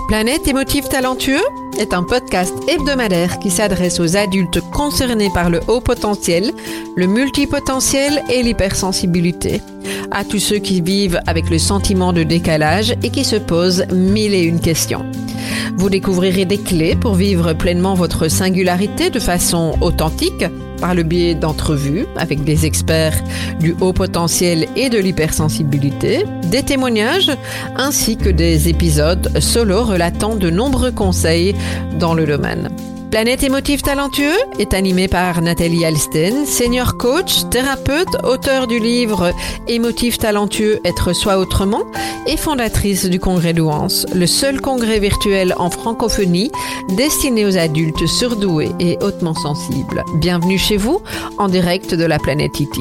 Planète émotif talentueux est un podcast hebdomadaire qui s'adresse aux adultes concernés par le haut potentiel, le multipotentiel et l'hypersensibilité. À tous ceux qui vivent avec le sentiment de décalage et qui se posent mille et une questions. Vous découvrirez des clés pour vivre pleinement votre singularité de façon authentique par le biais d'entrevues avec des experts du haut potentiel et de l'hypersensibilité, des témoignages ainsi que des épisodes solo relatant de nombreux conseils dans le domaine. Planète émotif talentueux est animé par Nathalie Alsten, senior coach, thérapeute, auteure du livre Émotif talentueux, être soi autrement et fondatrice du congrès Douance, le seul congrès virtuel en francophonie destiné aux adultes surdoués et hautement sensibles. Bienvenue chez vous en direct de la planète Iti.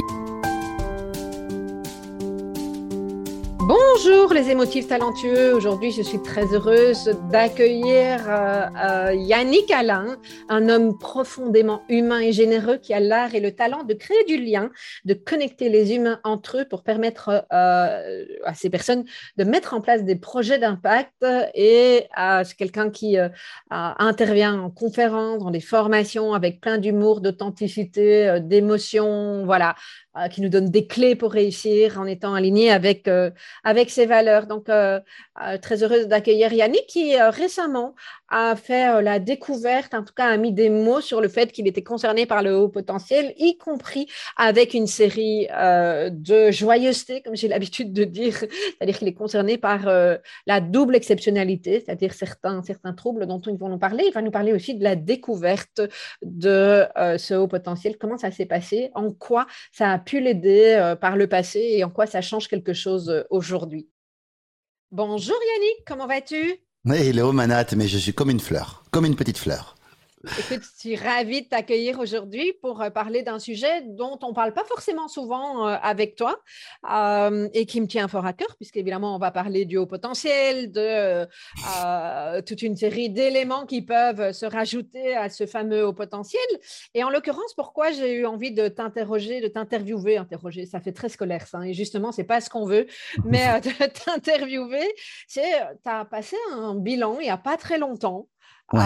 Bonjour les émotifs talentueux, aujourd'hui je suis très heureuse d'accueillir Yannick Alain, un homme profondément humain et généreux qui a l'art et le talent de créer du lien, de connecter les humains entre eux pour permettre à ces personnes de mettre en place des projets d'impact et c'est quelqu'un qui intervient en conférences, dans des formations avec plein d'humour, d'authenticité, d'émotion, voilà. Qui nous donne des clés pour réussir en étant aligné avec ses valeurs. Donc, très heureuse d'accueillir Yannick qui récemment a fait la découverte, en tout cas a mis des mots sur le fait qu'il était concerné par le haut potentiel, y compris avec une série de joyeuseté, comme j'ai l'habitude de dire, c'est-à-dire qu'il est concerné par la double exceptionnalité, c'est-à-dire certains troubles dont ils vont nous parler. Il va nous parler aussi de la découverte de ce haut potentiel, comment ça s'est passé, en quoi ça a pu l'aider par le passé et en quoi ça change quelque chose aujourd'hui. Bonjour Yannick, comment vas-tu? Oui, hello Manat, mais je suis comme une fleur, comme une petite fleur. Écoute, je suis ravie de t'accueillir aujourd'hui pour parler d'un sujet dont on ne parle pas forcément souvent avec toi et qui me tient fort à cœur, puisqu'évidemment, on va parler du haut potentiel, de toute une série d'éléments qui peuvent se rajouter à ce fameux haut potentiel. Et en l'occurrence, pourquoi j'ai eu envie de t'interroger, de t'interviewer, ça fait très scolaire ça, et justement, ce n'est pas ce qu'on veut, mais de t'interviewer, c'est tu as passé un bilan il n'y a pas très longtemps. Ouais.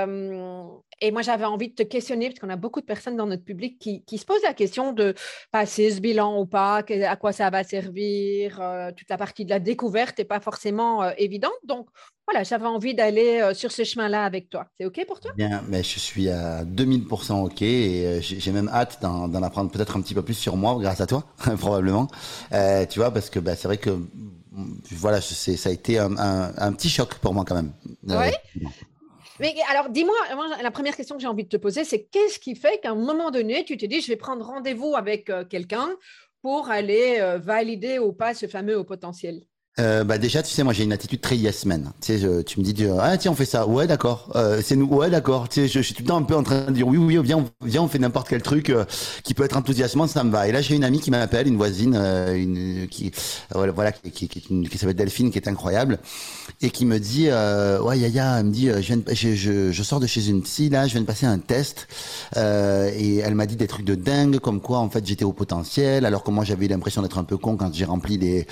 Et moi, j'avais envie de te questionner, parce qu'on a beaucoup de personnes dans notre public qui se posent la question de passer ce bilan ou pas, à quoi ça va servir, toute la partie de la découverte n'est pas forcément évidente. Donc, voilà, j'avais envie d'aller sur ce chemin-là avec toi. C'est OK pour toi? Bien, mais je suis à 2000% OK et j'ai même hâte d'en apprendre peut-être un petit peu plus sur moi grâce à toi, probablement. Tu vois, parce que c'est vrai que voilà, ça a été un petit choc pour moi quand même. Oui. Mais alors, dis-moi, moi, la première question que j'ai envie de te poser, c'est qu'est-ce qui fait qu'à un moment donné, tu t'es dit, je vais prendre rendez-vous avec quelqu'un pour aller valider ou pas ce fameux haut potentiel? Déjà, tu sais, moi j'ai une attitude très yes man. Tu sais, tu me dis ah tiens on fait ça, ouais d'accord, c'est nous, ouais d'accord. Tu sais, je suis tout le temps un peu en train de dire oui viens on fait n'importe quel truc qui peut être enthousiasmant, ça me va. Et là j'ai une amie qui m'appelle, une voisine, qui s'appelle Delphine, qui est incroyable et qui me dit ouais Yaya, elle me dit je sors de chez une psy là, je viens de passer un test et elle m'a dit des trucs de dingue comme quoi en fait j'étais au potentiel alors que moi j'avais eu l'impression d'être un peu con quand j'ai rempli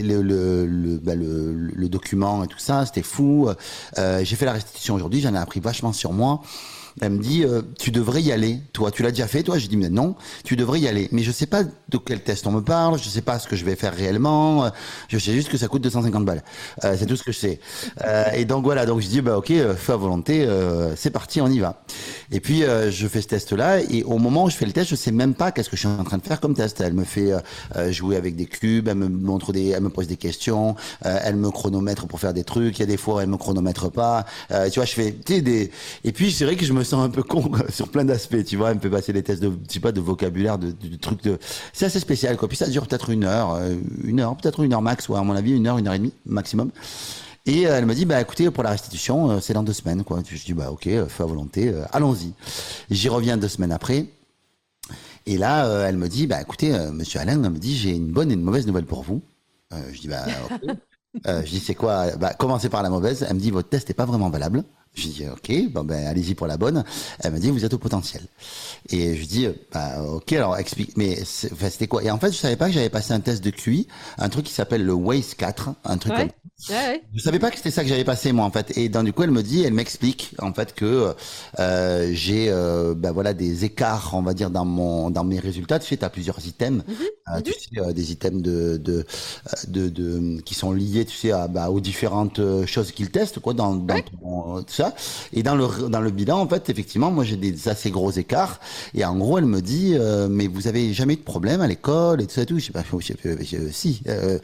le document et tout ça, c'était fou. J'ai fait la restitution aujourd'hui, j'en ai appris vachement sur moi. Elle me dit, tu devrais y aller. Toi, tu l'as déjà fait, toi? Je dis, mais non, tu devrais y aller. Mais je sais pas de quel test on me parle, je sais pas ce que je vais faire réellement. Je sais juste que ça coûte 250 balles. C'est tout ce que je sais. Et donc voilà, donc je dis, ok, feu à volonté, c'est parti, on y va. Et puis, je fais ce test-là, et au moment où je fais le test, je sais même pas qu'est-ce que je suis en train de faire comme test. Elle me fait jouer avec des cubes, elle me pose des questions, elle me chronomètre pour faire des trucs. Il y a des fois, elle me chronomètre pas. Tu vois, je fais, et puis c'est vrai que je me sens un peu con sur plein d'aspects, tu vois. Elle me fait passer des tests de vocabulaire, de trucs c'est assez spécial, quoi. Puis ça dure peut-être une heure, peut-être une heure max, ouais, à mon avis, une heure et demie maximum. Et elle me dit, écoutez, pour la restitution, c'est dans 2 semaines, quoi. Je dis, ok, feu à volonté, allons-y. J'y reviens 2 semaines après. Et là, elle me dit, écoutez, monsieur Alain, elle me dit, j'ai une bonne et une mauvaise nouvelle pour vous. Je dis, ok. Je dis, c'est quoi? Commencez par la mauvaise. Elle me dit, votre test n'est pas vraiment valable. Je dis, ok, allez-y pour la bonne. Elle me dit, vous êtes au potentiel. Et je dis, ok, alors explique, mais c'était quoi? Et en fait, je savais pas que j'avais passé un test de QI, un truc qui s'appelle le WACE 4, un truc comme Ouais, Je savais pas que c'était ça que j'avais passé moi en fait. Et donc du coup elle m'explique en fait que j'ai ben voilà des écarts on va dire dans mes résultats. Tu sais, tu as plusieurs items, ouais. Mhm, tu mhm. sais des items qui sont liés tu sais aux différentes choses qu'ils testent quoi dans Ouais. tout ça. Et dans le bilan en fait effectivement moi j'ai des assez gros écarts. Et en gros elle me dit mais vous avez jamais eu de problème à l'école et tout ça et tout. Je sais pas si.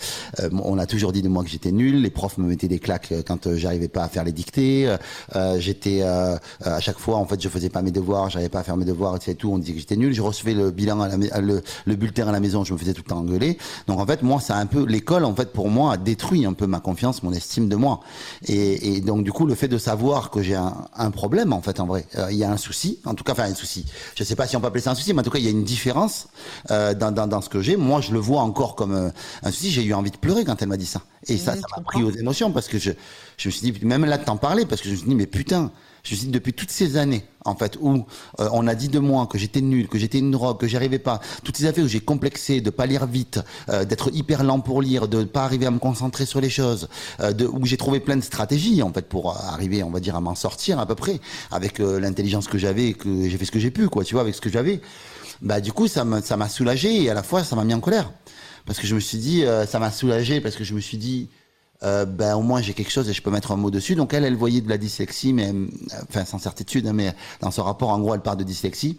On a toujours dit de moi que j'étais nul. Les profs me mettaient des claques quand j'arrivais pas à faire les dictées. J'étais à chaque fois, en fait, je faisais pas mes devoirs, j'arrivais pas à faire mes devoirs, et tout. On disait que j'étais nul. Je recevais le bilan le bulletin à la maison, je me faisais tout le temps engueuler. Donc en fait, moi, ça a un peu l'école, en fait, pour moi, a détruit un peu ma confiance, mon estime de moi. Et donc du coup, le fait de savoir que j'ai un problème, en fait, en vrai, il y a un souci. En tout cas, enfin un souci. Je sais pas si on peut appeler ça un souci, mais en tout cas, il y a une différence dans ce que j'ai. Moi, je le vois encore comme un souci. J'ai eu envie de pleurer quand elle m'a dit ça. Et ça Je m'a pris comprends. aux émotions parce que je me suis dit, même là de t'en parler, parce que je me suis dit, mais putain, je me suis dit, depuis toutes ces années, en fait, où on a dit de moi que j'étais nul, que j'étais une drogue, que j'y arrivais pas, toutes ces affaires où j'ai complexé de pas lire vite, d'être hyper lent pour lire, de pas arriver à me concentrer sur les choses, où j'ai trouvé plein de stratégies, en fait, pour arriver, on va dire, à m'en sortir à peu près, avec l'intelligence que j'avais, et que j'ai fait ce que j'ai pu, quoi, tu vois, avec ce que j'avais. Bah, du coup, ça m'a soulagé et à la fois, ça m'a mis en colère. Parce que je me suis dit, ça m'a soulagé parce que je me suis dit, ben au moins j'ai quelque chose et je peux mettre un mot dessus. Donc elle voyait de la dyslexie, mais enfin sans certitude, hein, mais dans son rapport, en gros, elle parle de dyslexie.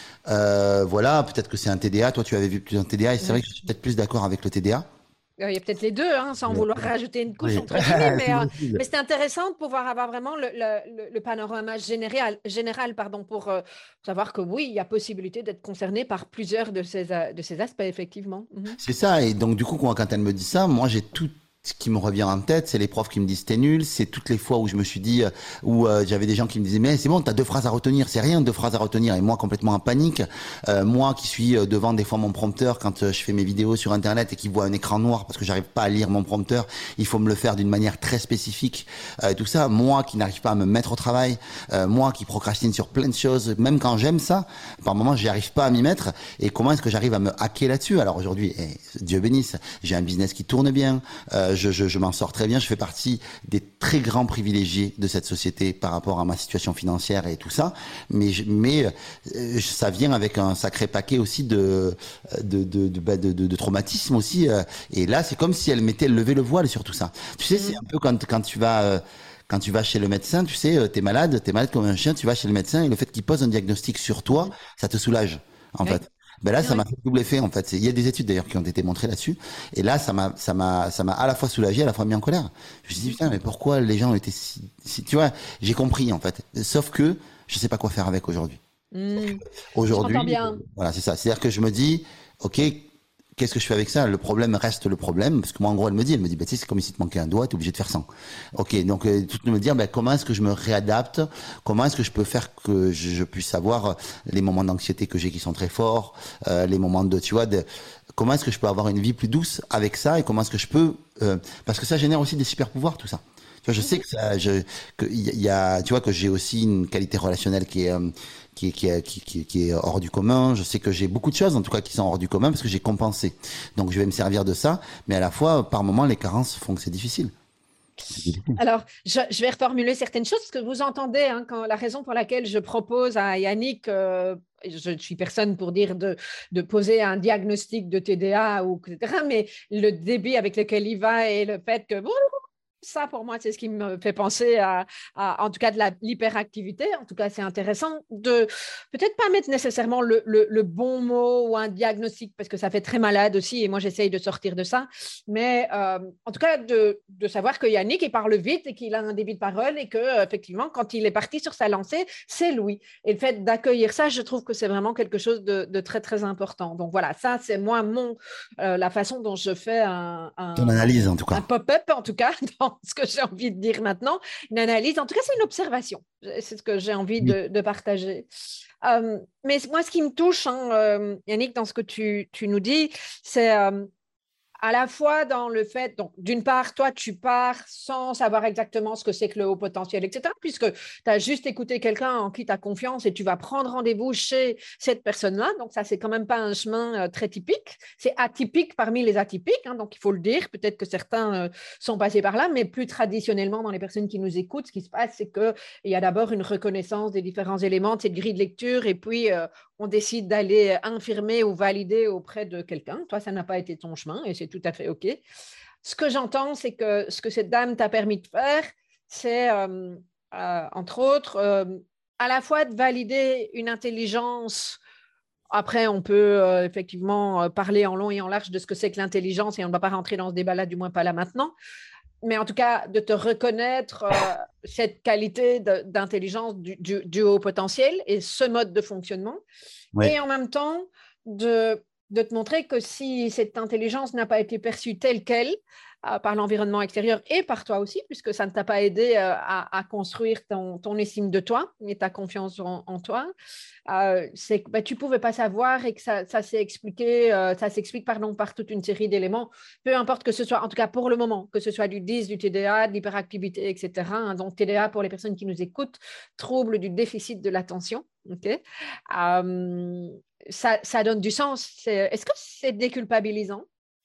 Voilà, peut-être que c'est un TDA. Toi, tu avais vu plus un TDA et c'est vrai que je suis peut-être plus d'accord avec le TDA. Il y a peut-être les deux, hein, sans Ouais. vouloir rajouter une couche Oui, entre guillemets, c'est mais possible. c'est intéressant de pouvoir avoir vraiment le panorama général pardon, pour savoir que oui, il y a possibilité d'être concerné par plusieurs de ces aspects, effectivement. Mhm. C'est ça, et donc du coup, quand elle me dit ça, moi j'ai tout ce qui me revient en tête, c'est les profs qui me disent t'es nul, c'est toutes les fois où je me suis dit, où j'avais des gens qui me disaient mais c'est bon, t'as deux phrases à retenir, c'est rien deux phrases à retenir, et moi complètement en panique, moi qui suis devant des fois mon prompteur quand je fais mes vidéos sur internet et qui vois un écran noir parce que j'arrive pas à lire mon prompteur, il faut me le faire d'une manière très spécifique, tout ça, moi qui n'arrive pas à me mettre au travail, moi qui procrastine sur plein de choses, même quand j'aime ça, par moments j'y arrive pas à m'y mettre, et comment est-ce que j'arrive à me hacker là-dessus? Alors aujourd'hui, Dieu bénisse, j'ai un business qui tourne bien, je m'en sors très bien. Je fais partie des très grands privilégiés de cette société par rapport à ma situation financière et tout ça. Mais ça vient avec un sacré paquet aussi de traumatisme aussi. Et là, c'est comme si elle levait le voile sur tout ça. Tu sais, c'est Mhm. un peu quand tu vas chez le médecin, tu sais, t'es malade comme un chien, tu vas chez le médecin et le fait qu'il pose un diagnostic sur toi, Mhm. ça te soulage, en Oui, fait. Ben là, ça oui. m'a fait double effet, en fait. Il y a des études d'ailleurs qui ont été montrées là-dessus. Et là, ça m'a à la fois soulagé, à la fois mis en colère. Je me suis dit, Mhm. putain, mais pourquoi les gens étaient tu vois, j'ai compris, en fait. Sauf que je sais pas quoi faire avec aujourd'hui. Mhm. J'entends Aujourd'hui, bien. voilà, c'est ça. C'est-à-dire que je me dis, OK, qu'est-ce que je fais avec ça? Le problème reste le problème. Parce que moi, en gros, elle me dit, bah, tu sais, c'est comme si te manquait un doigt, t'es obligé de faire 100. OK, donc, tout me dire, bah, comment est-ce que je me réadapte? Comment est-ce que je peux faire que je puisse avoir les moments d'anxiété que j'ai qui sont très forts, les moments de, tu vois, comment est-ce que je peux avoir une vie plus douce avec ça et comment est-ce que je peux, parce que ça génère aussi des super pouvoirs, tout ça. Tu vois, je sais Mhm. que ça, il y a, tu vois, que j'ai aussi une qualité relationnelle qui est hors du commun. Je sais que j'ai beaucoup de choses, en tout cas, qui sont hors du commun parce que j'ai compensé. Donc, je vais me servir de ça. Mais à la fois, par moments, les carences font que c'est difficile. C'est difficile. Alors, je vais reformuler certaines choses parce que vous entendez hein, quand, la raison pour laquelle je propose à Yannick, je ne suis personne pour dire de poser un diagnostic de TDA ou etc., mais le débit avec lequel il va et le fait que ça, pour moi, c'est ce qui me fait penser en tout cas, de l'hyperactivité. En tout cas, c'est intéressant de peut-être pas mettre nécessairement le bon mot ou un diagnostic parce que ça fait très malade aussi et moi, j'essaye de sortir de ça. Mais en tout cas, de savoir que Yannick, il parle vite et qu'il a un débit de parole et que effectivement, quand il est parti sur sa lancée, c'est lui. Et le fait d'accueillir ça, je trouve que c'est vraiment quelque chose de très, très important. Donc voilà, ça, c'est moi, la façon dont je fais Ton analyse, en tout cas. un pop-up, en tout cas, dans ce que j'ai envie de dire maintenant, une analyse, en tout cas, c'est une observation. C'est ce que j'ai envie Oui. de partager. Mais moi, ce qui me touche, hein, Yannick, dans ce que tu nous dis, c'est à la fois dans le fait, donc d'une part, toi, tu pars sans savoir exactement ce que c'est que le haut potentiel, etc., puisque tu as juste écouté quelqu'un en qui tu as confiance et tu vas prendre rendez-vous chez cette personne-là. Donc, ça, c'est quand même pas un chemin très typique. C'est atypique parmi les atypiques, hein, donc il faut le dire. Peut-être que certains sont passés par là, mais plus traditionnellement, dans les personnes qui nous écoutent, ce qui se passe, c'est qu'il y a d'abord une reconnaissance des différents éléments de cette grille de lecture et puis on décide d'aller infirmer ou valider auprès de quelqu'un. Toi, ça n'a pas été ton chemin et c'est tout à fait OK. Ce que j'entends, c'est que ce que cette dame t'a permis de faire, c'est, entre autres, à la fois de valider une intelligence. Après, on peut effectivement parler en long et en large de ce que c'est que l'intelligence et on ne va pas rentrer dans ce débat-là, du moins pas là maintenant. Mais en tout cas, de te reconnaître cette qualité d'intelligence du haut potentiel et ce mode de fonctionnement. Ouais. Et en même temps, de te montrer que si cette intelligence n'a pas été perçue telle qu'elle par l'environnement extérieur et par toi aussi, puisque ça ne t'a pas aidé à construire ton estime de toi et ta confiance en toi, c'est que tu ne pouvais pas savoir et que ça s'est expliqué, ça s'explique par toute une série d'éléments, peu importe que ce soit, en tout cas pour le moment, que ce soit du DIS, du TDA, de l'hyperactivité, etc. Hein, donc TDA, pour les personnes qui nous écoutent, trouble du déficit de l'attention. Okay, ça donne du sens. Est-ce que c'est déculpabilisant?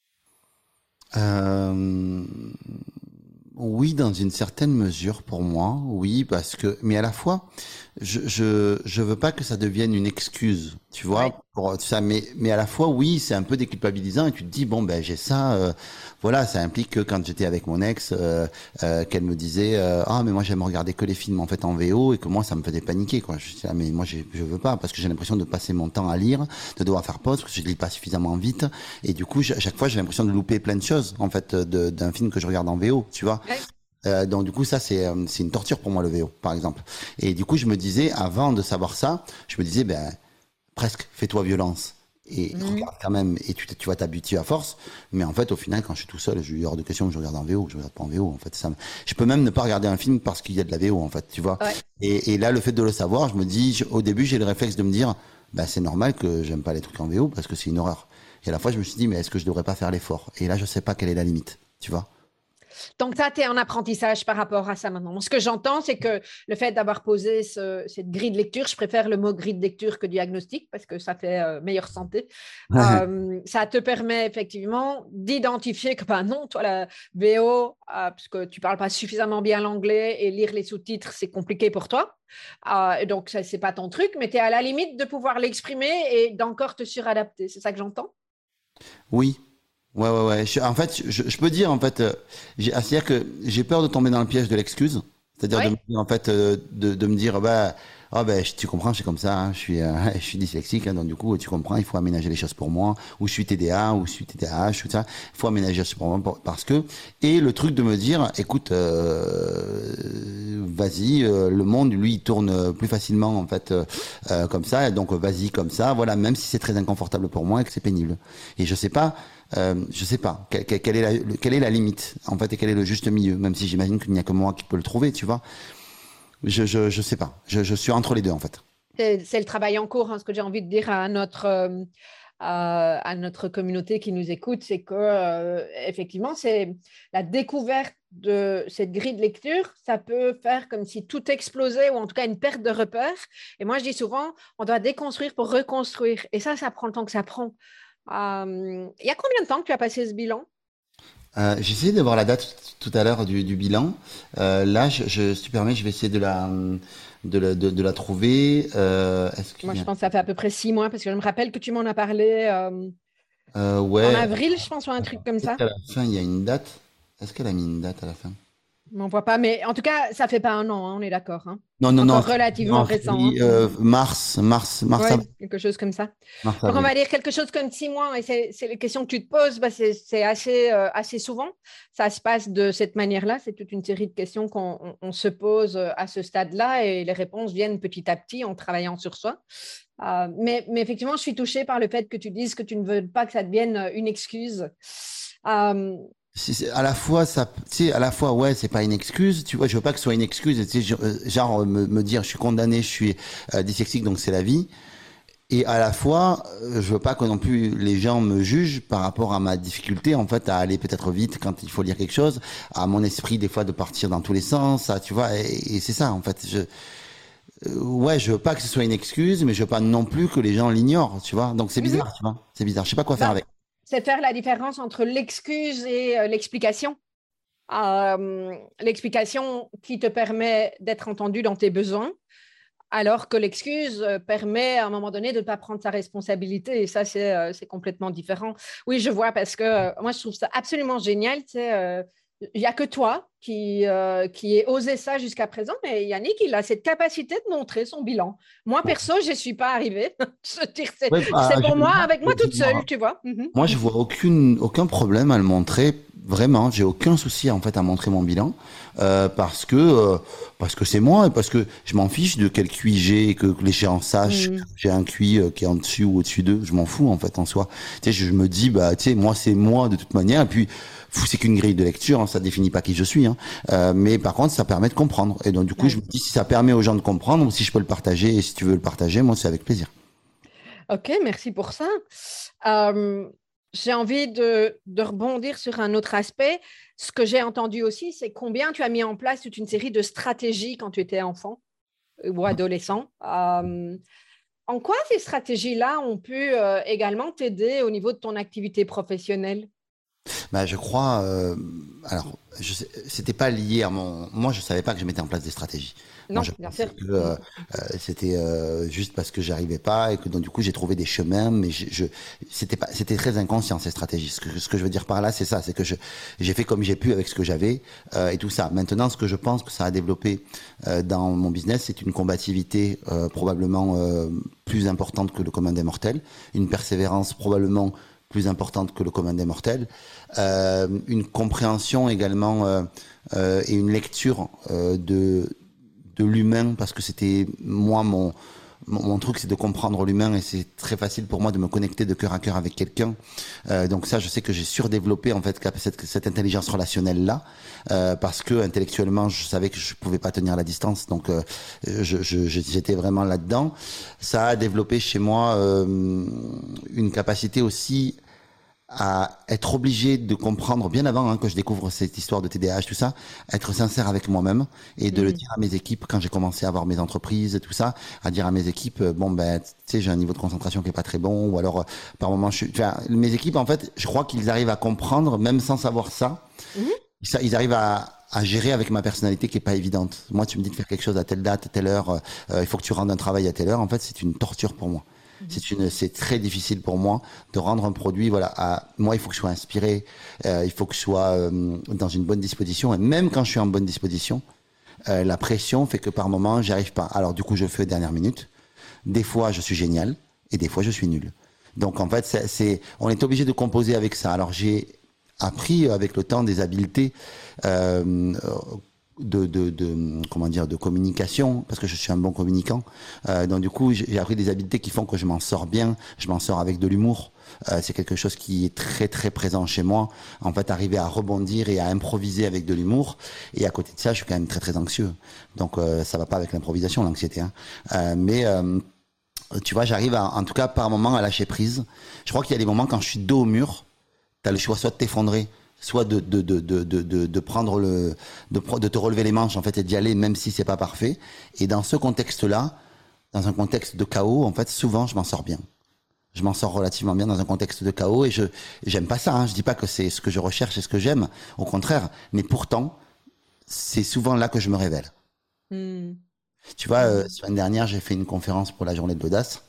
Euh, oui, dans une certaine mesure pour moi, oui, parce que, mais à la fois, je veux pas que ça devienne une excuse, tu vois, Ouais. pour ça, mais à la fois, oui, c'est un peu déculpabilisant et tu te dis, bon, ben, j'ai ça, voilà, ça implique que quand j'étais avec mon ex, qu'elle me disait, ah, mais moi, j'aime regarder que les films, en fait, en VO et que moi, ça me faisait paniquer, quoi. Je dis, ah, mais moi, je veux pas parce que j'ai l'impression de passer mon temps à lire, de devoir faire pause parce que je lis pas suffisamment vite et du coup, à chaque fois, j'ai l'impression de louper plein de choses, en fait, d'un film que je regarde en VO, tu vois. Ouais. Donc du coup ça c'est une torture pour moi le VO par exemple. Et du coup je me disais avant de savoir ça, je me disais ben presque fais-toi violence et regarde quand même et tu vas t'habituer à force. Mais en fait au final quand je suis tout seul, je suis hors de question que je regarde en VO, je regarde pas en VO en fait. Je peux même ne pas regarder un film parce qu'il y a de la VO en fait, tu vois. Ouais. Et là le fait de le savoir, je me dis au début j'ai le réflexe de me dire ben c'est normal que j'aime pas les trucs en VO parce que c'est une horreur. Et à la fois je me suis dit mais est-ce que je devrais pas faire l'effort? Et là je sais pas quelle est la limite, tu vois. Donc, ça, tu es en apprentissage par rapport à ça maintenant. Ce que j'entends, c'est que le fait d'avoir posé cette grille de lecture, je préfère le mot grille de lecture que diagnostic parce que ça fait meilleure santé. Ça te permet effectivement d'identifier que, ben non, toi, la VO, parce que tu ne parles pas suffisamment bien l'anglais et lire les sous-titres, c'est compliqué pour toi. Et donc, ça, ce n'est pas ton truc, mais tu es à la limite de pouvoir l'exprimer et d'encore te suradapter. C'est ça que j'entends? Oui. Ouais, ouais, ouais. En fait, je peux dire, en fait, c'est-à-dire que j'ai peur de tomber dans le piège de l'excuse. C'est-à-dire de Oui. me dire, en fait, de me dire, bah, ah ben, tu comprends, c'est comme ça, hein, je suis dyslexique, hein, donc du coup, tu comprends, il faut aménager les choses pour moi, ou je suis TDA, ou je suis TDAH, tout ça, il faut aménager les choses pour moi, parce que, et le truc de me dire, écoute, vas-y, le monde, lui, il tourne plus facilement, en fait, comme ça, et donc vas-y comme ça, voilà, même si c'est très inconfortable pour moi et que c'est pénible. Et je sais pas quelle est la limite en fait et quel est le juste milieu, même si j'imagine qu'il n'y a que moi qui peux le trouver, tu vois. Je sais pas. Je suis entre les deux en fait. C'est le travail en cours, hein, ce que j'ai envie de dire à notre communauté qui nous écoute, c'est que effectivement, c'est la découverte de cette grille de lecture, ça peut faire comme si tout explosait ou en tout cas une perte de repères. Et moi, je dis souvent, on doit déconstruire pour reconstruire. Et ça prend le temps que ça prend. Il y a combien de temps que tu as passé ce bilan? J'ai essayé de voir la date tout à l'heure du bilan. Là, si tu permets, je vais essayer de la trouver. Est-ce qu'il Moi, y je a... pense que ça fait à peu près 6 mois parce que je me rappelle que tu m'en as parlé en Ouais. avril, je pense, ou un truc comme Est-ce ça. qu'à la fin il y a une date? Est-ce qu'elle a mis une date à la fin? Je m'en vois pas, mais en tout cas, ça fait pas un an, hein, on est d'accord. Hein. Non, non, non. Encore relativement Non, récent. Hein. mars, Oui, quelque chose comme ça. mars, Donc, on avril. va dire quelque chose comme 6 mois. Et c'est les questions que tu te poses, bah, c'est assez souvent. Ça se passe de cette manière-là. C'est toute une série de questions qu'on se pose à ce stade-là. Et les réponses viennent petit à petit en travaillant sur soi. Mais effectivement, je suis touchée par le fait que tu dises que tu ne veux pas que ça devienne une excuse. Euh, À la fois ça, tu sais, à la fois ouais, c'est pas une excuse, tu vois, je veux pas que ce soit une excuse, tu sais, genre me dire je suis condamné, je suis dyslexique donc c'est la vie. Et à la fois, je veux pas que non plus les gens me jugent par rapport à ma difficulté en fait à aller peut-être vite quand il faut lire quelque chose, à mon esprit des fois de partir dans tous les sens, tu vois. Et c'est ça en fait. Ouais, je veux pas que ce soit une excuse, mais je veux pas non plus que les gens l'ignorent, tu vois. Donc c'est Mhm. bizarre, tu vois. C'est bizarre. Je sais pas quoi faire Ben, avec. c'est faire la différence entre l'excuse et l'explication. L'explication qui te permet d'être entendu dans tes besoins, alors que l'excuse permet à un moment donné de ne pas prendre sa responsabilité. Et ça, c'est complètement différent. Oui, je vois, parce que moi, je trouve ça absolument génial. Il n'y a que toi qui ait osé ça jusqu'à présent, mais Yannick, il a cette capacité de montrer son bilan. Moi, perso, je ne suis pas arrivée. Ouais, C'est bah, pour moi, avec moi toute seule, tu vois. moi, je vois aucun problème à le montrer. Vraiment, j'ai aucun souci en fait à montrer mon bilan parce que c'est moi et parce que je m'en fiche de quel QI j'ai et que les gens sachent que Mhm. j'ai un QI qui est en dessus ou au-dessus d'eux. Je m'en fous en fait en soi. Tu sais, je me dis bah tu sais moi c'est moi de toute manière et puis c'est qu'une grille de lecture, hein, ça définit pas qui je suis. Hein. Mais par contre, ça permet de comprendre. Et donc du coup, je me Ouais. dis si ça permet aux gens de comprendre ou si je peux le partager et si tu veux le partager, moi c'est avec plaisir. Ok, merci pour ça. Euh, j'ai envie de rebondir sur un autre aspect. Ce que j'ai entendu aussi, c'est combien tu as mis en place toute une série de stratégies quand tu étais enfant ou adolescent. En quoi ces stratégies-là ont pu également t'aider au niveau de ton activité professionnelle? Bah, je crois. Alors, c'était pas lié à mon. Moi, je savais pas que je mettais en place des stratégies. Moi, Non, je bien pensais sûr. que c'était juste parce que j'arrivais pas et que donc du coup j'ai trouvé des chemins, mais c'était pas, c'était très inconscient ces stratégies. Ce que je veux dire par là, c'est ça, c'est que j'ai fait comme j'ai pu avec ce que j'avais et tout ça. Maintenant, ce que je pense que ça a développé dans mon business, c'est une combativité probablement plus importante que le commun des mortels, une persévérance probablement plus importante que le commun des mortels, une compréhension également et une lecture de l'humain, parce que c'était moi mon truc, c'est de comprendre l'humain et c'est très facile pour moi de me connecter de cœur à cœur avec quelqu'un. Donc ça, je sais que j'ai surdéveloppé en fait cette intelligence relationnelle là, parce que intellectuellement, je savais que je pouvais pas tenir la distance, donc j'étais vraiment là-dedans. Ça a développé chez moi une capacité aussi à être obligé de comprendre bien avant hein, que je découvre cette histoire de TDAH, tout ça, être sincère avec moi-même et de le Mhm. dire à mes équipes quand j'ai commencé à avoir mes entreprises et tout ça, à dire à mes équipes, bon ben, tu sais, j'ai un niveau de concentration qui est pas très bon, ou alors par moment, enfin, mes équipes en fait, je crois qu'ils arrivent à comprendre, même sans savoir ça, Mhm. ils arrivent à gérer avec ma personnalité qui est pas évidente. Moi, tu me dis de faire quelque chose à telle date, à telle heure, il faut que tu rendes un travail à telle heure. En fait, c'est une torture pour moi. Mhm. C'est très difficile pour moi de rendre un produit. Voilà, moi, il faut que je sois inspiré, il faut que je sois dans une bonne disposition. Et même quand je suis en bonne disposition, la pression fait que par moment, j'y arrive pas. Alors, du coup, je fais dernière minute. Des fois, je suis génial et des fois, je suis nul. Donc, en fait, on est obligé de composer avec ça. Alors, j'ai appris avec le temps des habiletés euh, comment dire de communication parce que je suis un bon communicant. Donc du coup j'ai appris des habiletés qui font que je m'en sors bien. Je m'en sors avec de l'humour. C'est quelque chose qui est très très présent chez moi. En fait, arriver à rebondir et à improviser avec de l'humour. Et à côté de ça, je suis quand même très très anxieux. Donc ça va pas avec l'improvisation, l'anxiété. Hein. Mais tu vois, j'arrive en tout cas par moment à lâcher prise. Je crois qu'il y a des moments quand je suis dos au mur, tu as le choix soit de t'effondrer, soit de prendre de te relever les manches en fait et d'y aller même si c'est pas parfait. Et dans ce contexte-là, dans un contexte de chaos, en fait, souvent je m'en sors bien. Je m'en sors relativement bien dans un contexte de chaos et j'aime pas ça. Hein. Je dis pas que c'est ce que je recherche et ce que j'aime, au contraire. Mais pourtant, c'est souvent là que je me révèle. Mhm. Tu vois, Mhm. semaine dernière, j'ai fait une conférence pour la journée de l'audace.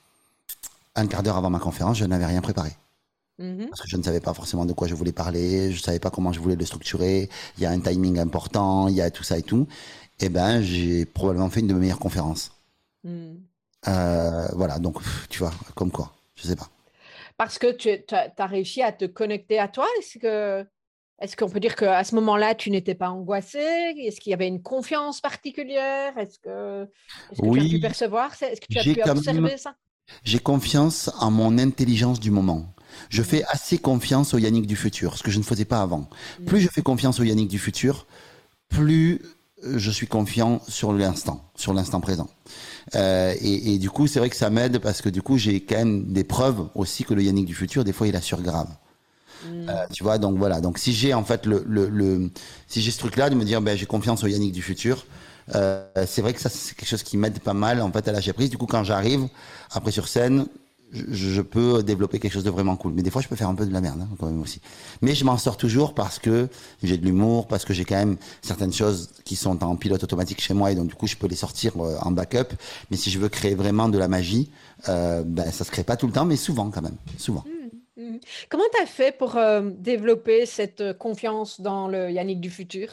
Un quart d'heure avant ma conférence, je n'avais rien préparé. Mhm. Parce que je ne savais pas forcément de quoi je voulais parler, je savais pas comment je voulais le structurer, il y a un timing important, il y a tout ça et tout. Eh ben, j'ai probablement fait une de mes meilleures conférences. Mhm. Voilà, donc, tu vois, comme quoi, je sais pas. Parce que tu as réussi à te connecter à toi. Est-ce qu'on peut dire qu'à ce moment-là, tu n'étais pas angoissé? Est-ce qu'il y avait une confiance particulière? Est-ce que tu as pu Oui, percevoir ça? Est-ce que tu as j'ai pu quand même, observer ça? j'ai confiance en mon intelligence du moment. Je fais Mhm. assez confiance au Yannick du futur, ce que je ne faisais pas avant. Plus je Mhm. fais confiance au Yannick du futur, plus je suis confiant sur l'instant présent. Et du coup, c'est vrai que ça m'aide parce que du coup, j'ai quand même des preuves aussi que le Yannick du futur, des fois, il assure grave. Tu vois, donc voilà. Donc si j'ai en fait si j'ai ce truc-là de me dire, ben j'ai confiance au Yannick du futur, c'est vrai que ça c'est quelque chose qui m'aide pas mal en fait à lâcher prise. Du coup, quand j'arrive après sur scène, je peux développer quelque chose de vraiment cool. Mais des fois, je peux faire un peu de la merde hein, quand même aussi. Mais je m'en sors toujours parce que j'ai de l'humour, parce que j'ai quand même certaines choses qui sont en pilote automatique chez moi et donc du coup, je peux les sortir en backup. Mais si je veux créer vraiment de la magie, ben ça se crée pas tout le temps, mais souvent quand même, souvent. Mhm. Comment tu as fait pour développer cette confiance dans le Yannick du futur?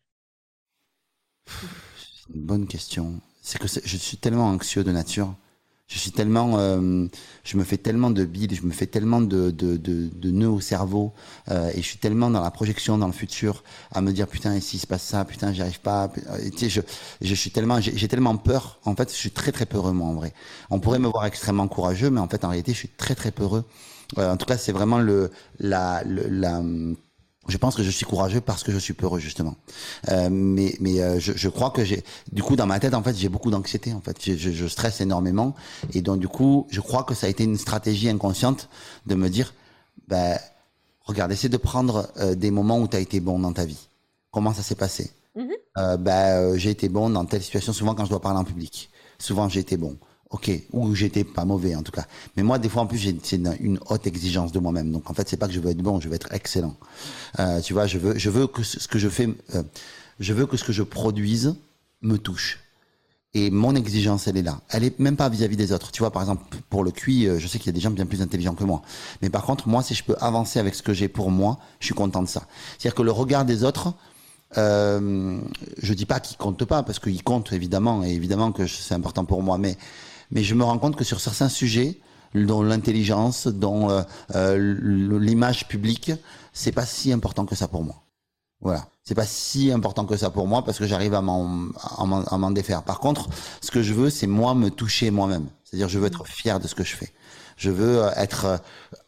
Une bonne question. C'est que je suis tellement anxieux de nature. Je suis tellement, je me fais tellement de billes, je me fais tellement de nœuds au cerveau, et je suis tellement dans la projection dans le futur, à me dire putain et s'il se passe ça, putain j'y arrive pas. Tu sais, je suis tellement, j'ai tellement peur. En fait, je suis très très peureux moi en vrai. On pourrait me voir extrêmement courageux, mais en fait en réalité je suis très très peureux. En tout cas, c'est vraiment la je pense que je suis courageux parce que je suis peureux justement. Je crois que du coup dans ma tête en fait j'ai beaucoup d'anxiété en fait. Je stresse énormément et donc du coup je crois que ça a été une stratégie inconsciente de me dire ben regarde essaie de prendre des moments où tu as été bon dans ta vie. Comment ça s'est passé? Mhm. J'ai été bon dans telle situation souvent quand je dois parler en public. Souvent j'ai été bon. Ok, ou j'étais pas mauvais en tout cas. Mais moi, des fois, en plus, c'est une haute exigence de moi-même. Donc, en fait, c'est pas que je veux être bon, je veux être excellent. Tu vois, je veux que ce que je fais, je veux que ce que je produise me touche. Et mon exigence, elle est là. Elle est même pas vis-à-vis des autres. Tu vois, par exemple, pour le QI, je sais qu'il y a des gens bien plus intelligents que moi. Mais par contre, moi, si je peux avancer avec ce que j'ai pour moi, je suis content de ça. C'est-à-dire que le regard des autres, je dis pas qu'il compte pas, parce qu'il compte évidemment, et évidemment que c'est important pour moi, mais je me rends compte que sur certains sujets, dont l'intelligence, dont l'image publique, c'est pas si important que ça pour moi. Voilà, c'est pas si important que ça pour moi parce que j'arrive à m'en défaire. Par contre, ce que je veux, c'est moi me toucher moi-même. C'est-à-dire, je veux être fier de ce que je fais. Je veux être,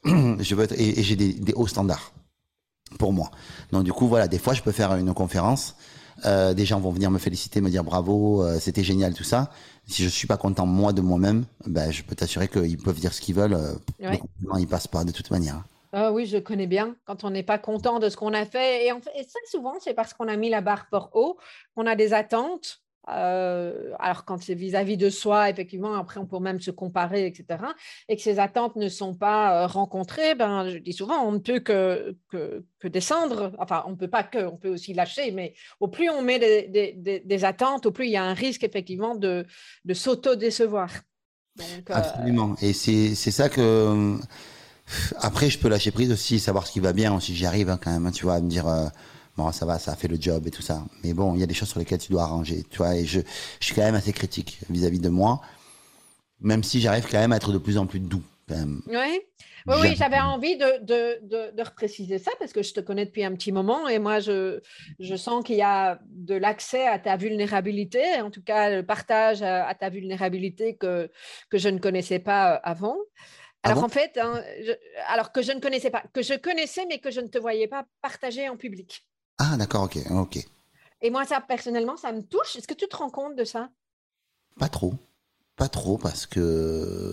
et j'ai des hauts standards pour moi. Donc du coup, voilà, des fois, je peux faire une conférence. Des gens vont venir me féliciter, me dire bravo, c'était génial, tout ça. Si je suis pas content moi de moi-même, ben je peux t'assurer qu'ils peuvent dire ce qu'ils veulent. Le Ouais. compliment, il passe pas de toute manière. Ah oui, je connais bien quand on n'est pas content de ce qu'on a fait. Et ça, souvent, c'est parce qu'on a mis la barre fort haut, qu'on a des attentes. Alors, quand c'est vis-à-vis de soi, effectivement, après, on peut même se comparer, etc. Et que ces attentes ne sont pas rencontrées, ben, je dis souvent, on ne peut que descendre. Enfin, on ne peut pas que, on peut aussi lâcher, mais au plus on met des attentes, au plus il y a un risque, effectivement, de s'auto-décevoir. Donc, Absolument. Et c'est ça que après je peux lâcher prise aussi, savoir ce qui va bien aussi. J'y arrive hein, quand même. Hein, tu vois, à me dire bon ça va, ça a fait le job et tout ça. Mais bon, il y a des choses sur lesquelles tu dois arranger. Tu vois, et je suis quand même assez critique vis-à-vis de moi, même si j'arrive quand même à être de plus en plus doux. Quand même. oui, oui, oui, J'aime. j'avais envie de repréciser ça parce que je te connais depuis un petit moment et moi, je sens qu'il y a de l'accès à ta vulnérabilité, en tout cas le partage à ta vulnérabilité que je ne connaissais pas avant. Ah Alors bon? en fait, hein, alors que je ne connaissais pas, que je connaissais mais que je ne te voyais pas partager en public. Ah d'accord, ok, ok. Et moi, ça, personnellement, ça me touche. Est-ce que tu te rends compte de ça? Pas trop. Pas trop parce que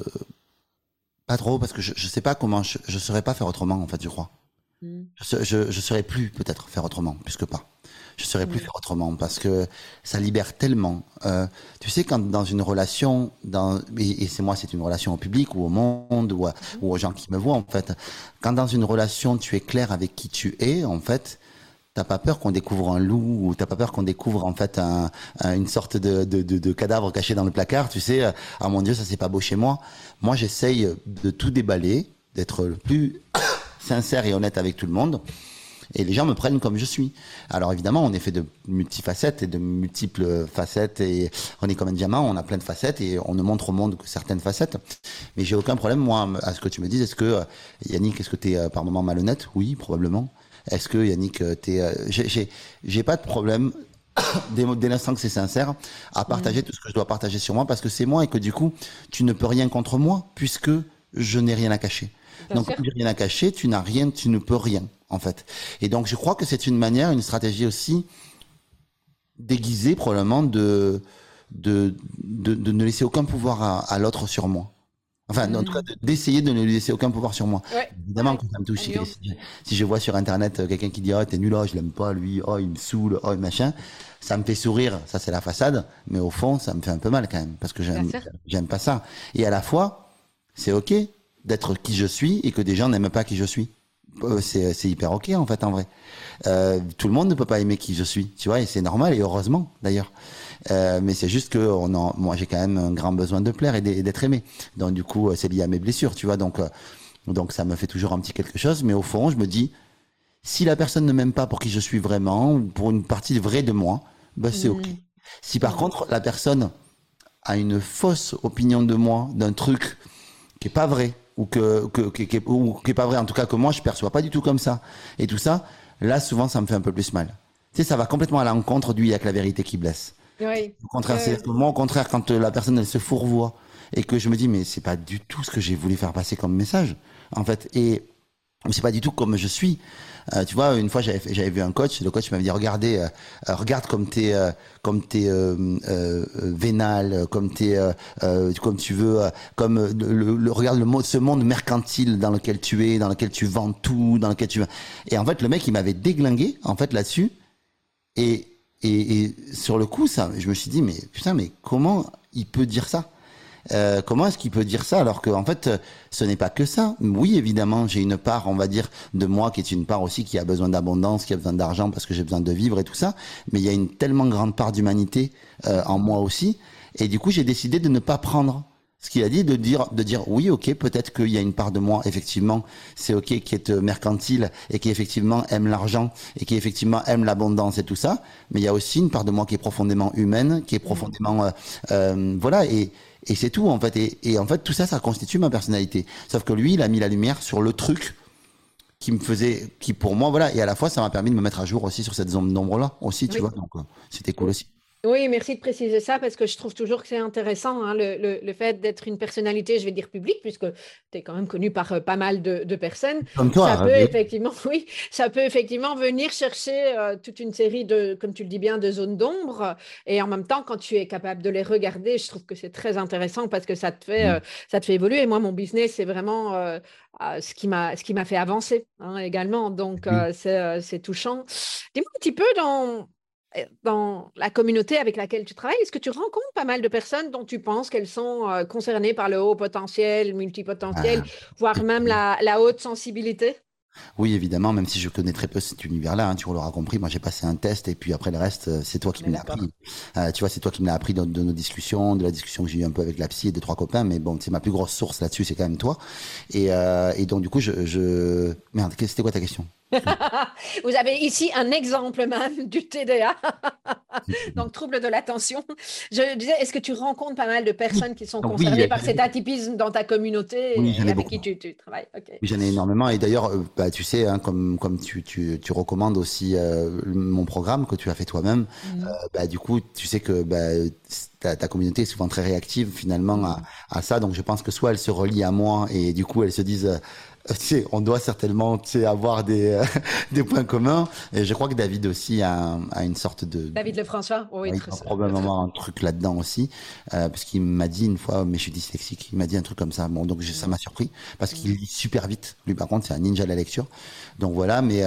je sais pas comment je saurais pas faire autrement en fait je crois. Mm. Je saurais plus peut-être faire autrement plus que pas. Je saurais plus Mm. faire autrement parce que ça libère tellement. Tu sais quand dans une relation et c'est moi c'est une relation au public ou au monde ou aux gens qui me voient en fait. Quand dans une relation tu es clair avec qui tu es en fait. T'as pas peur qu'on découvre un loup ou t'as pas peur qu'on découvre en fait une sorte de cadavre caché dans le placard, tu sais, ah mon Dieu, ça c'est pas beau chez moi. Moi, j'essaye de tout déballer, d'être le plus sincère et honnête avec tout le monde. Et les gens me prennent comme je suis. Alors évidemment, on est fait de multifacettes et de multiples facettes et on est comme un diamant, on a plein de facettes et on ne montre au monde que certaines facettes. Mais j'ai aucun problème, moi, à ce que tu me dises. Est-ce que, Yannick, est-ce que tu es par moment malhonnête? Oui, probablement. Est-ce que Yannick, j'ai pas de problème dès l'instant que c'est sincère à partager tout ce que je dois partager sur moi parce que c'est moi et que du coup tu ne peux rien contre moi puisque je n'ai rien à cacher. Bien Donc sûr. quand tu n'as rien à cacher, tu n'as rien, tu ne peux rien en fait. Et donc je crois que c'est une manière, une stratégie aussi déguisé probablement de ne laisser aucun pouvoir à l'autre sur moi. Enfin, en tout cas, d'essayer de ne lui laisser aucun pouvoir sur moi. Ouais, Évidemment ouais, que ça me touche. la Si, nuance. si je vois sur Internet quelqu'un qui dit, oh, t'es nul, oh, je l'aime pas, lui, oh, il me saoule, oh, machin, ça me fait sourire. Ça, c'est la façade. Mais au fond, ça me fait un peu mal quand même. Parce que Bien sûr. j'aime pas ça. Et à la fois, c'est OK d'être qui je suis et que des gens n'aiment pas qui je suis. C'est hyper OK, en fait, en vrai. Tout le monde ne peut pas aimer qui je suis, tu vois, et c'est normal, et heureusement, d'ailleurs. Mais c'est juste que moi, j'ai quand même un grand besoin de plaire et d'être aimé. Donc, du coup, c'est lié à mes blessures, tu vois. Donc, ça me fait toujours un petit quelque chose. Mais au fond, je me dis, si la personne ne m'aime pas pour qui je suis vraiment, ou pour une partie vraie de moi, ben, c'est OK. Mm. Si par contre, la personne a une fausse opinion de moi, d'un truc qui est pas vrai, ou qui est pas vrai, en tout cas, que moi, je perçois pas du tout comme ça, et tout ça, là, souvent, ça me fait un peu plus mal. Tu sais, ça va complètement à l'encontre du il y a que la vérité qui blesse. Oui. Au contraire, c'est moi, au contraire, quand la personne elle se fourvoie et que je me dis mais c'est pas du tout ce que j'ai voulu faire passer comme message, en fait, et c'est pas du tout comme je suis. Tu vois, une fois j'avais vu un coach, le coach m'avait dit regardez, regarde comme t'es vénal, comme tu veux, comme regarde ce monde mercantile dans lequel tu es, dans lequel tu vends tout, dans lequel tu veux. Et en fait, le mec il m'avait déglingué en fait là-dessus. Et, et sur le coup, ça, je me suis dit, mais putain, mais comment il peut dire ça? Comment est-ce qu'il peut dire ça alors que en fait, ce n'est pas que ça. Oui, évidemment, j'ai une part, on va dire, de moi qui est une part aussi qui a besoin d'abondance, qui a besoin d'argent parce que j'ai besoin de vivre et tout ça. Mais il y a une tellement grande part d'humanité en moi aussi. Et du coup, j'ai décidé de ne pas prendre ce qu'il a dit, de dire oui, ok, peut-être qu'il y a une part de moi, effectivement, c'est ok, qui est mercantile et qui effectivement aime l'argent et qui effectivement aime l'abondance et tout ça, mais il y a aussi une part de moi qui est profondément humaine, qui est profondément, voilà, et c'est tout en fait. Et en fait, tout ça, ça constitue ma personnalité. Sauf que lui, il a mis la lumière sur le truc qui me faisait, qui pour moi, voilà, et à la fois, ça m'a permis de me mettre à jour aussi sur cette zone d'ombre-là aussi, tu Oui. vois, donc c'était cool aussi. Oui, merci de préciser ça parce que je trouve toujours que c'est intéressant, hein, le fait d'être une personnalité, je vais dire publique, puisque tu es quand même connu par pas mal de personnes. Comme toi, Ça peut mais effectivement, oui, ça peut effectivement venir chercher toute une série de, comme tu le dis bien, de zones d'ombre. Et en même temps, quand tu es capable de les regarder, je trouve que c'est très intéressant parce que oui. ça te fait évoluer. Et moi, mon business, c'est vraiment ce qui m'a fait avancer, hein, également. Donc, Oui. c'est touchant. Dis-moi un petit peu dans la communauté avec laquelle tu travailles, est-ce que tu rencontres pas mal de personnes dont tu penses qu'elles sont concernées par le haut potentiel, multipotentiel, Ah, voire même la haute sensibilité? oui, évidemment, même si je connais très peu cet univers-là, hein, tu l'auras compris, moi j'ai passé un test et puis après le reste, c'est toi qui On est me l'as d'accord. appris. Tu vois, c'est toi qui me l'as appris de nos discussions, de la discussion que j'ai eue un peu avec la psy et deux, trois copains, mais bon, c'est ma plus grosse source là-dessus, c'est quand même toi. Et donc du coup, Merde, c'était quoi ta question? Vous avez ici un exemple même du TDA, donc trouble de l'attention. Je disais, est-ce que tu rencontres pas mal de Oui, personnes qui sont donc oui, concernées par cet atypisme dans ta oui, communauté j'en et ai avec beaucoup. qui tu travailles? Ok. Oui, j'en ai énormément. Et d'ailleurs, bah, tu sais, hein, comme tu recommandes aussi mon programme que tu as fait toi-même, Mhm. bah, du coup, tu sais que bah, ta communauté est souvent très réactive finalement Mhm. à ça. Donc, je pense que soit elle se relie à moi et du coup, elles se disent, tu sais, on doit certainement tu sais, avoir des points communs. Et je crois que David aussi a une sorte de... David Lefrançois, oui, Oui, très, il a très. probablement un truc là-dedans aussi, parce qu'il m'a dit une fois, mais je suis dyslexique, il m'a dit un truc comme ça. Bon, donc ça Mhm. m'a surpris, parce qu'il Mhm. lit super vite. Lui, par contre, c'est un ninja de la lecture. Donc voilà, mais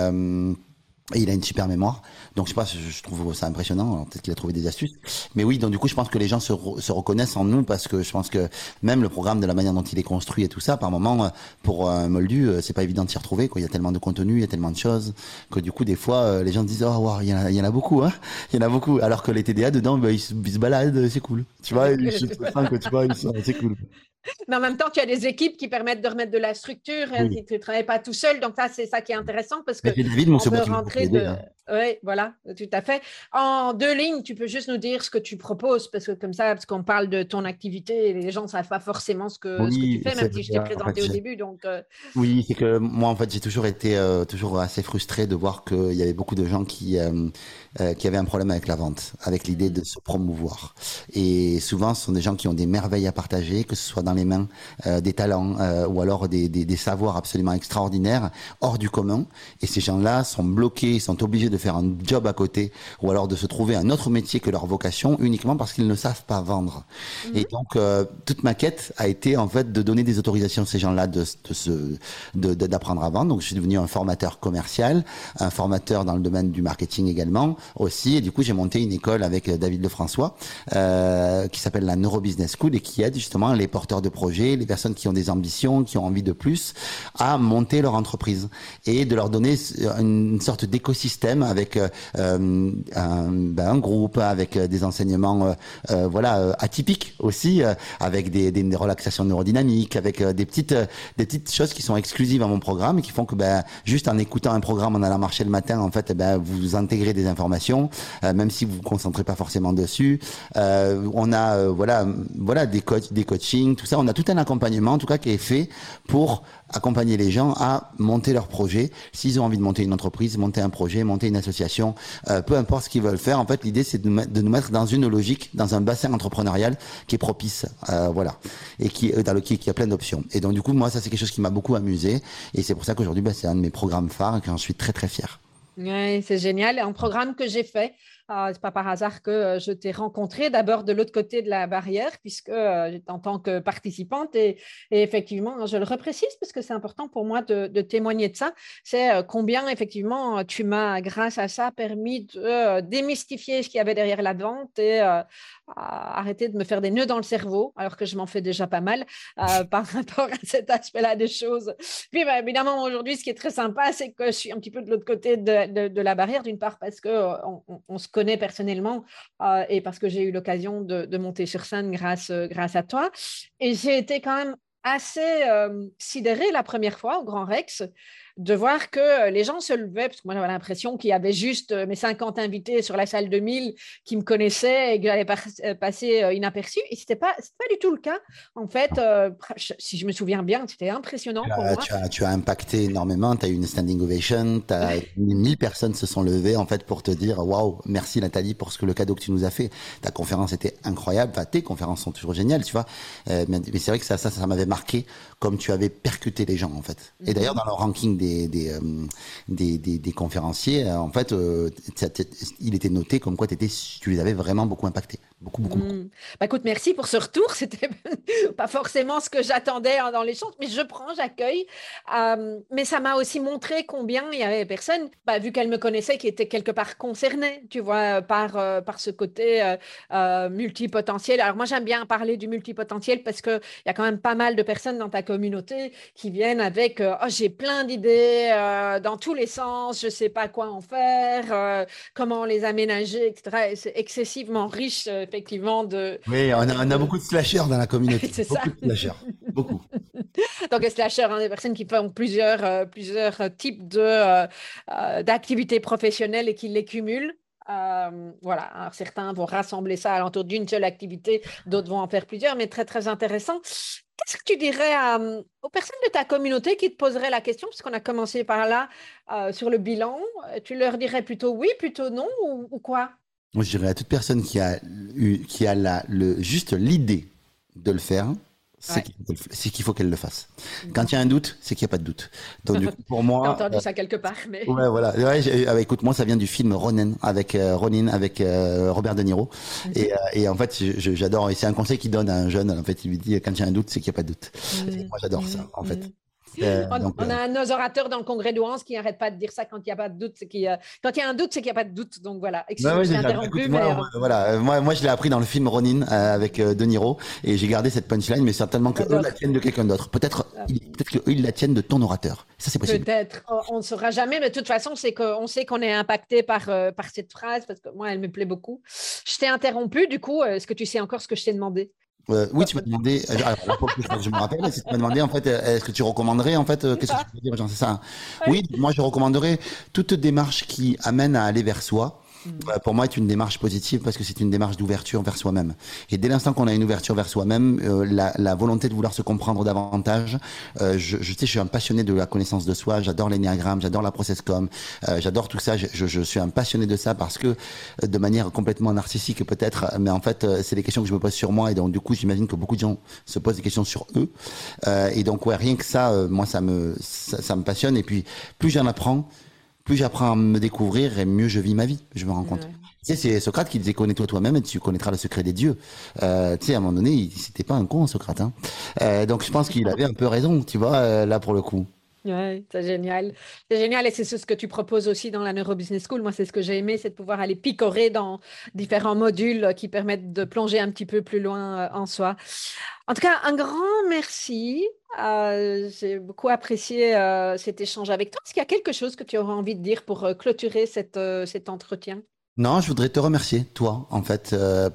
et il a une super mémoire. Donc je sais pas, je trouve ça impressionnant. Alors, peut-être qu'il a trouvé des astuces. Mais oui, donc du coup, je pense que les gens se reconnaissent en nous, parce que je pense que même le programme, de la manière dont il est construit et tout ça, par moment, pour un moldu, c'est pas évident de s'y retrouver, quoi. Il y a tellement de contenu, il y a tellement de choses, que du coup, des fois, les gens se disent, oh, wow, il y en a beaucoup, hein. Il y en a beaucoup. Alors que les TDA, dedans, bah, ils se baladent, c'est cool. Tu vois, je sens que tu vois, c'est cool. Mais en même temps, tu as des équipes qui permettent de remettre de la structure. Hein, Oui. tu ne travailles pas tout seul. Donc, ça, c'est ça qui est intéressant parce Mais que c'est David, mon on se peut motive beaucoup à rentrer aider, de. hein. Oui, voilà, tout à fait. En deux lignes, tu peux juste nous dire ce que tu proposes parce que comme ça, parce qu'on parle de ton activité et les gens ne savent pas forcément ce que tu Oui, fais, même si je t'ai en fait, présenté au début. Donc, oui, c'est que moi, en fait, j'ai toujours été toujours assez frustré de voir qu'il y avait beaucoup de gens qui avaient un problème avec la vente, avec l'idée de se promouvoir. Et souvent, ce sont des gens qui ont des merveilles à partager, que ce soit dans les mains, des talents ou alors des savoirs absolument extraordinaires, hors du commun. Et ces gens-là sont bloqués, ils sont obligés de de faire un job à côté ou alors de se trouver un autre métier que leur vocation uniquement parce qu'ils ne savent pas vendre. Et donc, toute ma quête a été en fait de donner des autorisations à ces gens-là d'apprendre à vendre. Donc, je suis devenu un formateur commercial, un formateur dans le domaine du marketing également aussi. Et du coup, j'ai monté une école avec David Lefrançois qui s'appelle la Neuro Business School et qui aide justement les porteurs de projets, les personnes qui ont des ambitions, qui ont envie de plus, à monter leur entreprise et de leur donner une sorte d'écosystème avec un groupe, avec des enseignements atypiques aussi, avec des relaxations neurodynamiques, avec des petites choses qui sont exclusives à mon programme et qui font que juste en écoutant un programme, en allant marcher le matin, en fait, vous intégrez des informations, même si vous vous concentrez pas forcément dessus. On a des coachings, tout ça. On a tout un accompagnement, en tout cas, qui est fait pour accompagner les gens à monter leur projet. S'ils ont envie de monter une entreprise, monter un projet, monter une association, peu importe ce qu'ils veulent faire. En fait, l'idée, c'est de nous mettre dans une logique, dans un bassin entrepreneurial qui est propice, et qui a plein d'options. Et donc, du coup, moi, ça, c'est quelque chose qui m'a beaucoup amusé. Et c'est pour ça qu'aujourd'hui, c'est un de mes programmes phares et que j'en suis très, très fier. Oui, c'est génial. Un programme que j'ai fait, c'est pas par hasard que je t'ai rencontré d'abord de l'autre côté de la barrière, puisque j'étais en tant que participante et effectivement, je le reprécise parce que c'est important pour moi de témoigner de ça. C'est combien effectivement tu m'as, grâce à ça, permis de démystifier ce qu'il y avait derrière la vente et arrêter de me faire des nœuds dans le cerveau, alors que je m'en fais déjà pas mal par rapport à cet aspect-là des choses. Puis évidemment, aujourd'hui, ce qui est très sympa, c'est que je suis un petit peu de l'autre côté de la barrière, d'une part parce qu'on se connaît personnellement et parce que j'ai eu l'occasion de monter sur scène grâce à toi. Et j'ai été quand même assez sidérée la première fois au Grand Rex de voir que les gens se levaient, parce que moi j'avais l'impression qu'il y avait juste mes 50 invités sur la salle de 1000 qui me connaissaient et que j'allais passer inaperçu. Et ce n'était pas du tout le cas. En fait, si je me souviens bien, c'était impressionnant pour moi. Tu as impacté énormément, tu as eu une standing ovation, 1000 personnes se sont levées en fait pour te dire waouh, merci Nathalie pour le cadeau que tu nous as fait. Ta conférence était incroyable, enfin, tes conférences sont toujours géniales, tu vois. Mais c'est vrai que ça m'avait marqué comme tu avais percuté les gens en fait. Et d'ailleurs dans le ranking des conférenciers, en fait, il était noté comme quoi tu les avais vraiment beaucoup impactés. Beaucoup. Écoute, merci pour ce retour. C'était pas forcément ce que j'attendais dans l'échange, mais j'accueille. Mais ça m'a aussi montré combien il y avait des personnes, vu qu'elles me connaissaient, qui étaient quelque part concernées, tu vois, par ce côté multipotentiel. Alors moi, j'aime bien parler du multipotentiel parce qu'il y a quand même pas mal de personnes dans ta communauté qui viennent avec j'ai plein d'idées dans tous les sens, je sais pas quoi en faire, comment les aménager, etc. Et c'est excessivement riche effectivement Oui, on a beaucoup de slashers dans la communauté. C'est beaucoup ça. de slashers. Beaucoup. Donc, les slashers, des personnes qui font plusieurs types d'activités professionnelles et qui les cumulent. Voilà, alors, certains vont rassembler ça alentour d'une seule activité, d'autres vont en faire plusieurs, mais très, très intéressant. Qu'est-ce que tu dirais aux personnes de ta communauté qui te poseraient la question, puisqu'on a commencé par là, sur le bilan, tu leur dirais plutôt oui, plutôt non, ou quoi? Moi, je dirais à toute personne qui a juste l'idée de le faire, c'est qu'il faut qu'elle le fasse. Quand il y a un doute, c'est qu'il n'y a pas de doute. Donc, du coup, pour moi. J'ai entendu ça quelque part, mais. Ouais, voilà. Ouais, écoute, moi, ça vient du film Ronin avec Robert De Niro. Et en fait, j'adore. Et c'est un conseil qu'il donne à un jeune. En fait, il lui dit quand il y a un doute, c'est qu'il n'y a pas de doute. Et moi, j'adore ça, en fait. On a un de nos orateurs dans le congrès de Ouance qui n'arrête pas de dire ça quand il n'y a pas de doute. Quand il y a un doute, c'est qu'il n'y a pas de doute. Donc voilà. Excuse-moi, je t'ai interrompu. Écoute, moi, je l'ai appris dans le film Ronin avec De Niro et j'ai gardé cette punchline, mais certainement que eux la tiennent de quelqu'un d'autre. Peut-être qu'ils la tiennent de ton orateur. Ça, c'est possible. Peut-être. On ne saura jamais, mais de toute façon, on sait qu'on est impacté par cette phrase parce que moi, elle me plaît beaucoup. Je t'ai interrompu. Du coup, est-ce que tu sais encore ce que je t'ai demandé? Oui, tu m'as demandé. Alors, là, pour le coup, je me rappelle. Tu m'as demandé en fait, est-ce que tu recommanderais en fait, qu'est-ce que tu veux dire, genre, c'est ça. Oui, moi je recommanderais toute démarche qui amène à aller vers soi. Pour moi, est une démarche positive parce que c'est une démarche d'ouverture vers soi-même. Et dès l'instant qu'on a une ouverture vers soi-même, la volonté de vouloir se comprendre davantage. Je suis un passionné de la connaissance de soi. J'adore l'énéagramme, j'adore la process-com, j'adore tout ça. Je suis un passionné de ça parce que de manière complètement narcissique peut-être, mais en fait, c'est des questions que je me pose sur moi et donc du coup, j'imagine que beaucoup de gens se posent des questions sur eux. Et donc ouais, rien que ça, moi, ça me passionne. Et puis, plus j'en apprends, plus j'apprends à me découvrir et mieux je vis ma vie, je me rends compte. Ouais. Tu sais, c'est Socrate qui disait connais-toi toi-même et tu connaîtras le secret des dieux. Tu sais, à un moment donné, c'était pas un con, Socrate. Hein. Donc je pense qu'il avait un peu raison, tu vois, là pour le coup. Ouais, c'est génial. C'est génial et c'est ce que tu proposes aussi dans la Neurobusiness School. Moi, c'est ce que j'ai aimé, c'est de pouvoir aller picorer dans différents modules qui permettent de plonger un petit peu plus loin en soi. En tout cas, un grand merci. J'ai beaucoup apprécié cet échange avec toi. Est-ce qu'il y a quelque chose que tu aurais envie de dire pour clôturer cet entretien? Non, je voudrais te remercier, toi, en fait,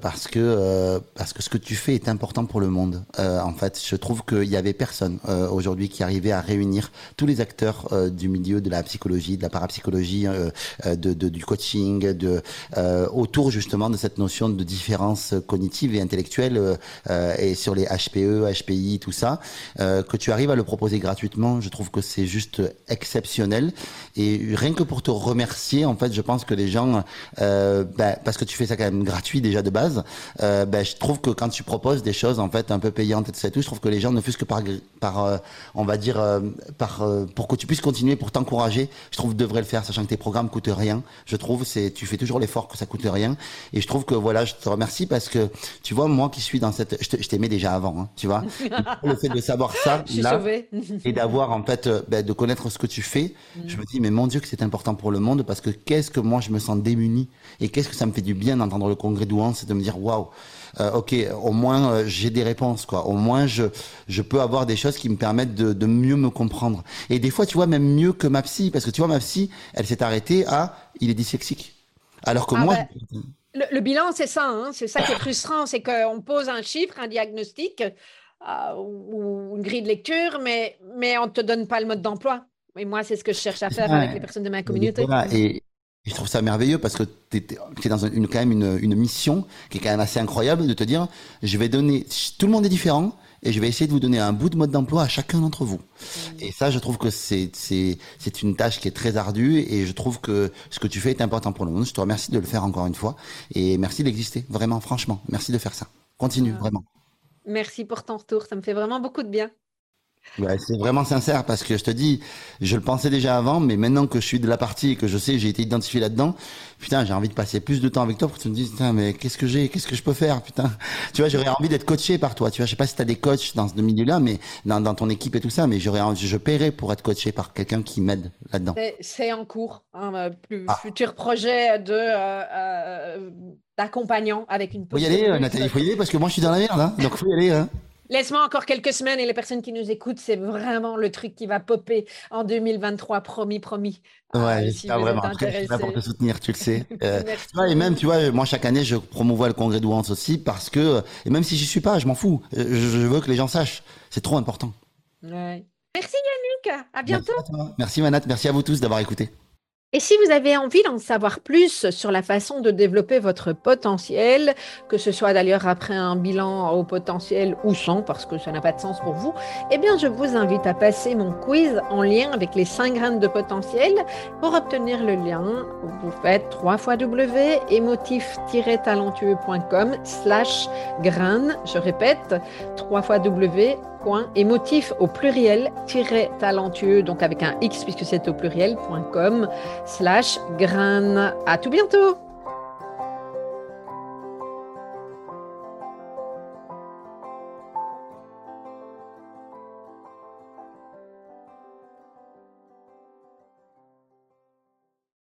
parce que ce que tu fais est important pour le monde. En fait, je trouve qu'il y avait personne aujourd'hui qui arrivait à réunir tous les acteurs du milieu de la psychologie, de la parapsychologie, du coaching, autour justement de cette notion de différence cognitive et intellectuelle et sur les HPE, HPI, tout ça, que tu arrives à le proposer gratuitement. Je trouve que c'est juste exceptionnel. Et rien que pour te remercier, en fait, je pense que les gens parce que tu fais ça quand même gratuit déjà de base, je trouve que quand tu proposes des choses en fait un peu payantes et tout, je trouve que les gens ne fût-ce que on va dire pour que tu puisses continuer, pour t'encourager, je trouve devraient le faire, sachant que tes programmes coûtent rien. Je trouve tu fais toujours l'effort que ça coûte rien, et je trouve que voilà, je te remercie parce que tu vois, moi qui suis dans je t'aimais déjà avant, hein, tu vois, le fait de savoir ça Je suis là sauvée. et d'avoir en fait de connaître ce que tu fais, je me dis mais mon Dieu que c'est important pour le monde, parce que qu'est-ce que moi je me sens démuni. Et qu'est-ce que ça me fait du bien d'entendre le congrès d'Ouance et de me dire waouh, ok, au moins j'ai des réponses, quoi. Au moins je peux avoir des choses qui me permettent de mieux me comprendre. Et des fois, tu vois, même mieux que ma psy, parce que tu vois, ma psy, elle s'est arrêtée à il est dyslexique. Alors que Ah moi, ben, le bilan, c'est ça, hein. C'est ça qui est frustrant, c'est qu'on pose un chiffre, un diagnostic ou une grille de lecture, mais on ne te donne pas le mode d'emploi. Et moi, c'est ce que je cherche à faire avec les personnes de ma communauté. voilà, et je trouve ça merveilleux parce que tu es dans quand même une mission qui est quand même assez incroyable de te dire, je vais donner, tout le monde est différent et je vais essayer de vous donner un bout de mode d'emploi à chacun d'entre vous. Et ça, je trouve que c'est une tâche qui est très ardue et je trouve que ce que tu fais est important pour le monde. Je te remercie de le faire encore une fois et merci d'exister, vraiment, franchement. Merci de faire ça. Continue, Euh, vraiment. Merci pour ton retour, ça me fait vraiment beaucoup de bien. Ouais, c'est vraiment sincère parce que je te dis, je le pensais déjà avant, mais maintenant que je suis de la partie et que je sais, j'ai été identifié là-dedans, putain, j'ai envie de passer plus de temps avec toi pour que tu me dises, putain, mais qu'est-ce que je peux faire, putain. Tu vois, j'aurais envie d'être coaché par toi. Tu vois, je sais pas si tu as des coachs dans ce milieu-là, mais dans ton équipe et tout ça, mais je paierais pour être coaché par quelqu'un qui m'aide là-dedans. C'est en cours, un Ah, futur projet d'accompagnant avec une faut y posture aller, plus. Nathalie, faut y aller parce que moi je suis dans la merde, hein, donc faut y aller, hein. Laisse-moi encore quelques semaines et les personnes qui nous écoutent, c'est vraiment le truc qui va popper en 2023, promis, promis, Ouais, si j'espère vous vraiment. êtes En tout cas, je suis là pour te intéressés. soutenir, tu le sais. Tu vois, et même, Merci. tu vois, moi, chaque année, je promouvois le congrès d'Ouance aussi parce que, et même si j'y suis pas, je m'en fous. Je veux que les gens sachent. C'est trop important. Ouais. Merci Yannick, à Merci bientôt. à toi. Merci Manat. Merci à vous tous d'avoir écouté. Et si vous avez envie d'en savoir plus sur la façon de développer votre potentiel, que ce soit d'ailleurs après un bilan au potentiel ou sans, parce que ça n'a pas de sens pour vous, eh bien, je vous invite à passer mon quiz en lien avec les 5 graines de potentiel. Pour obtenir le lien, vous faites www.emotif-talentueux.com/graines. Je répète, www.emotif au pluriel-talentueux, donc avec un X puisque c'est au pluriel.com/graines. À tout bientôt!